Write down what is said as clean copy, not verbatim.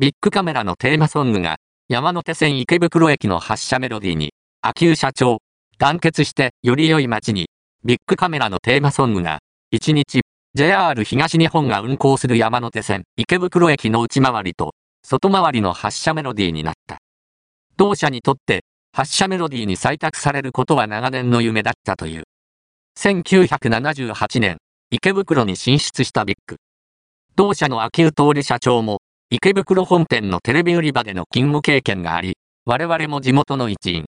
ビッグカメラのテーマソングが、山手線池袋駅の発車メロディーに、秋生社長、団結してより良い街に、ビッグカメラのテーマソングが、1日、JR 東日本が運行する山手線池袋駅の内回りと、外回りの発車メロディーになった。同社にとって、発車メロディーに採択されることは長年の夢だったという。1978年、池袋に進出したビッグ。同社の秋生徹社長も、池袋本店のテレビ売り場での勤務経験があり、我々も地元の一員。